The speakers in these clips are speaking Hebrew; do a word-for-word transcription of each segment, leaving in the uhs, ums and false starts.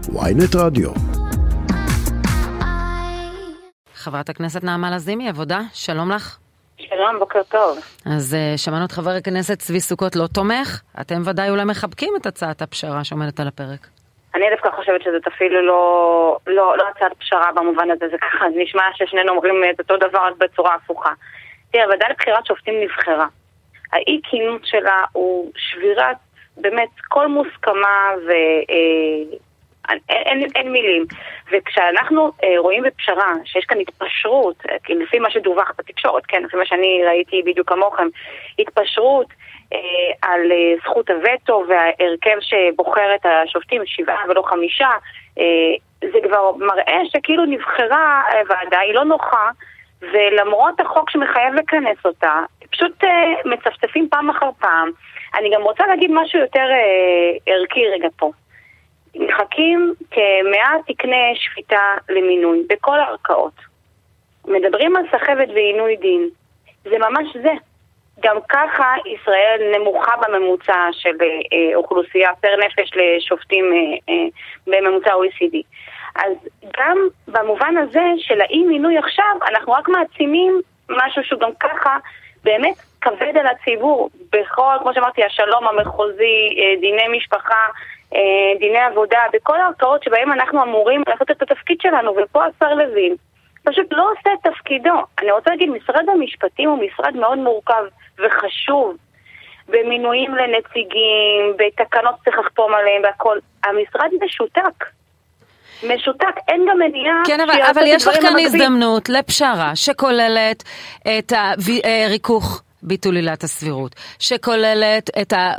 וויינט רדיו. חברת הכנסת נעמה לזימי, עבודה, שלום לך. שלום, בוקר טוב. אז uh, שמענו את חבר הכנסת צבי סוכות לא תומך, אתם ודאי אולי מחבקים את הצעת הפשרה שעומדת על הפרק. אני דווקא חושבת שזה אפילו לא, לא, לא הצעת פשרה במובן הזה, זה ככה, זה נשמע ששנינו אומרים את אותו דבר בצורה הפוכה. תראה, הוועדה לבחירת שופטים נבחרה. האי כינוס שלה הוא שבירת באמת כל מוסכמה ו... אה, אין, אין, אין מילים. וכשאנחנו אה, רואים בפשרה שיש כאן התפשרות, אה, לפי מה שדווח בתקשורת, כן, לפי מה שאני ראיתי בדיוק כמוכם, התפשרות אה, על אה, זכות הווטו וההרכב שבוחר את השופטים, שבעה ולא חמישה, אה, זה כבר מראה שכאילו נבחרה ועדה, היא לא נוחה, ולמרות החוק שמחייב לכנס אותה, פשוט אה, מצפצפים פעם אחר פעם. אני גם רוצה להגיד משהו יותר אה, ערכי רגע פה. מחכים כמאה תקני שפיטה למינוי בכל הערכאות. מדברים על סחבת ועינוי דין. זה ממש זה. גם ככה ישראל נמוכה בממוצע של אה, אוכלוסייה פר נפש לשופטים אה, אה, בממוצע או אי סי די. אז גם במובן הזה של האי מינוי עכשיו, אנחנו רק מעצימים משהו שהוא גם ככה באמת כבד על הציבור. בכל, כמו שאמרתי, השלום המחוזי, אה, דיני משפחה, דיני עבודה, בכל הערכאות שבהם אנחנו אמורים לעשות את התפקיד שלנו, ופה השר לוין פשוט לא עושה את תפקידו. אני רוצה להגיד, משרד המשפטים הוא משרד מאוד מורכב וחשוב, במינויים לנציגים, בתקנות צריך לחתום עליהם והכל. המשרד משותק. משותק, אין גם מניעה. כן, אבל, אבל יש לך כאן הזדמנות לפשרה שכוללת את הריכוך ביטול עילת הסבירות, שכוללת את ה...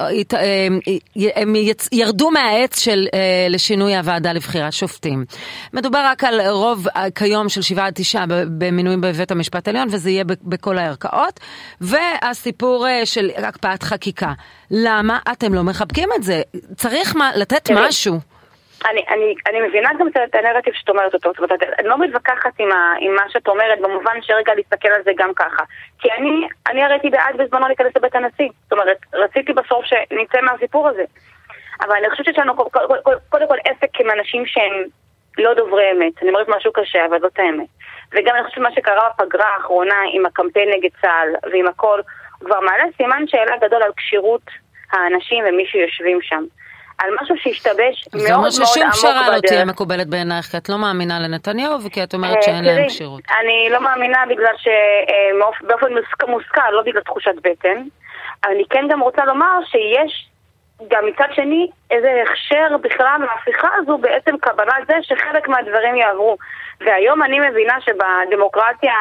הם ירדו מהעץ של לשינוי הוועדה לבחירת שופטים. מדובר רק על רוב כיום של שבעה עד תשעה במינויים בבית המשפט העליון, וזה יהיה בכל הערכאות, והסיפור של הקפאת חקיקה. למה אתם לא מחבקים את זה? צריך לתת משהו. אני, אני, אני מבינה גם את הנרטיב שאת אומרת אותו, זאת אומרת, אני לא מתווכחת עם, ה, עם מה שאת אומרת, במובן שרגע להסתכל על זה גם ככה. כי אני, אני הראיתי בעד בזמנו להיכנס לבית הנשיא. זאת אומרת, רציתי בסוף שנצא מהסיפור הזה. אבל אני חושבת שיש לנו קודם כל, כל, כל עסק עם אנשים שהם לא דוברי אמת. אני אומרת משהו קשה, אבל זאת האמת. וגם אני חושבת שמה שקרה בפגרה האחרונה עם הקמפיין נגד צה"ל ועם הכל, הוא כבר מעלה סימן שאלה גדול על קשירות האנשים ומי שיושבים שם. על משהו שהשתבש מאוד מאוד עמוק בדרך. זה אומר ששום פשרה לא תהיה מקובלת בעינייך, כי את לא מאמינה לנתניהו, וכי את אומרת שאין להם קשירות. אני לא מאמינה בגלל שבאופן מושכל, לא בגלל תחושת בטן. אני כן גם רוצה לומר שיש גם מצד שני איזה הכשר בכלל מההפיכה הזו, בעצם קבלה זה שחלק מהדברים יעברו. והיום אני מבינה שבדמוקרטיה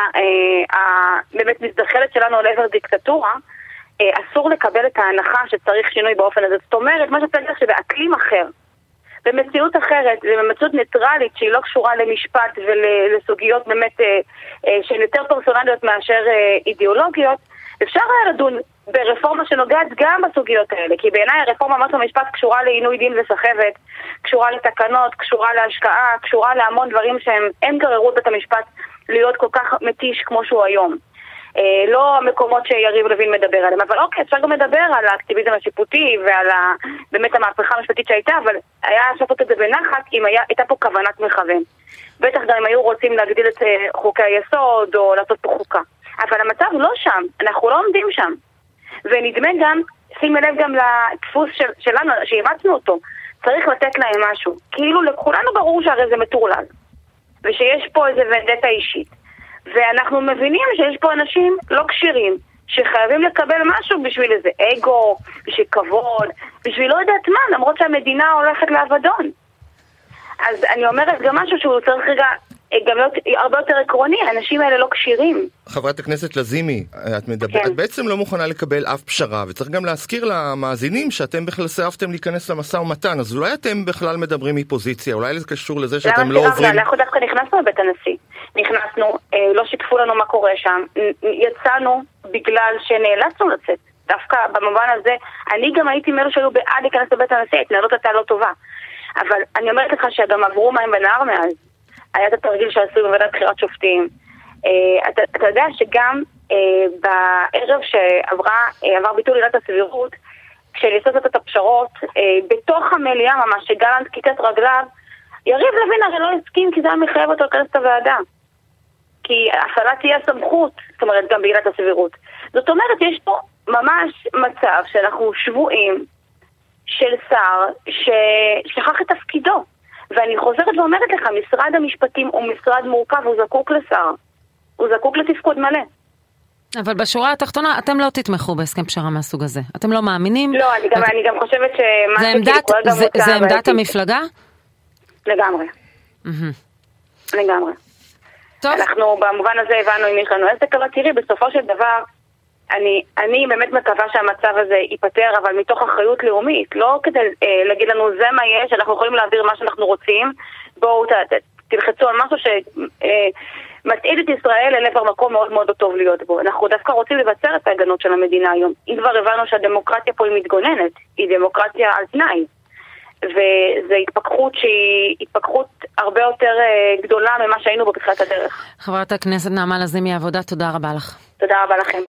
באמת מזדחלת שלנו לעבר דיקטטורה, אסור לקבל את ההנחה שצריך שינוי באופן הזה. זאת אומרת, מה שאתה יודע שבאקלים אחר, במציאות אחרת, במציאות ניטרלית שהיא לא קשורה למשפט ולסוגיות באמת שהן יותר פרסונליות מאשר אידיאולוגיות, אפשר לדון ברפורמה שנוגעת גם בסוגיות האלה, כי בעיניי הרפורמה ממש במשפט קשורה לעינוי דין וסחבת, קשורה לתקנות, קשורה להשקעה, קשורה להמון דברים שהם אין גררו את המשפט להיות כל כך מתיש כמו שהוא היום. לא המקומות שיריב לוין מדבר עליהם, אבל אוקיי, אפשר גם לדבר על האקטיביזם השיפוטי ועל ה... באמת המהפכה המשפטית שהייתה, אבל היה לעשות את זה בנחת אם היה... הייתה פה כוונת מכוון. בטח גם אם היו רוצים להגדיל את חוקי היסוד או לעשות פה חוקה. אבל המצב לא שם, אנחנו לא עומדים שם. ונדמה גם, שימי לב גם לדפוס של... שלנו, שהימצנו אותו, צריך לתת להם משהו. כאילו לכולנו ברור שהרי זה מטורלל, ושיש פה איזה ונדטה אישית. ואנחנו מבינים שיש פה אנשים לא קשירים, שחייבים לקבל משהו בשביל איזה אגו, בשביל כבוד, בשביל לא יודעת מה, למרות שהמדינה הולכת לעבדון. אז אני אומרת גם משהו שהוא צריך רגע, גם להיות הרבה יותר עקרוני, האנשים האלה לא קשירים. חברת הכנסת לזימי, את מדברת, כן. את בעצם לא מוכנה לקבל אף פשרה, וצריך גם להזכיר למאזינים שאתם בכלל סירבתם להיכנס למשא ומתן, אז אולי אתם בכלל מדברים מפוזיציה, אולי זה קשור לזה שאתם לא עוברים... אנחנו דווקא נכנסנו לבית הנשיא. נכנסנו, לא שיתפו לנו מה קורה שם, יצאנו בגלל שנאלצנו לצאת. דווקא במובן הזה, אני גם הייתי מאלו שהיו בעד להיכנס לבית הנשיא, התנהלות הייתה לא טובה. אבל אני אומרת לך שגם עברו מים בנהר מאז. היה את התרגיל שעשו בוועדת בחירת שופטים. אתה, אתה יודע שגם בערב שעבר ביטול עילת הסבירות, כשניסו לעשות את הפשרות, בתוך המליאה ממש, שגלנט כיתת רגליו, יריב לוין הרי לא הסכים, כי זה היה מחייב אותו לכנס את הוועדה. כי הפעלת תהיה סמכות, זאת אומרת גם בעילת הסבירות. זאת אומרת, יש פה ממש מצב שאנחנו שבועים של שר ששכח את תפקידו. ואני חוזרת ואומרת לך, משרד המשפטים הוא משרד מורכב, הוא זקוק לשר. הוא זקוק לתפקוד מלא. אבל בשורה התחתונה, אתם לא תתמכו בהסכם פשרה מהסוג הזה. אתם לא מאמינים? לא, אני גם, אני גם חושבת שמה זה עמדת, זה, זה עמדת המפלגה? לגמרי. לגמרי. טוב. אנחנו במובן הזה הבנו אם יש לנו עסק, אבל תראי, בסופו של דבר, אני, אני באמת מקווה שהמצב הזה ייפטר, אבל מתוך אחריות לאומית, לא כדי אה, להגיד לנו זה מה יש, אנחנו יכולים להעביר מה שאנחנו רוצים, בואו ת, ת, תלחצו על משהו שמטעיד אה, את ישראל אל עבר מקום מאוד מאוד טוב להיות בו. אנחנו דווקא רוצים לבצר את ההגנות של המדינה היום. אם כבר הבנו שהדמוקרטיה פה היא מתגוננת, היא דמוקרטיה על תנאי. וזו התפכחות שהיא התפכחות הרבה יותר uh, גדולה ממה שהיינו בתחילת הדרך. חברת הכנסת נעמה לזימי, עבודה, תודה רבה לך. תודה רבה לכם.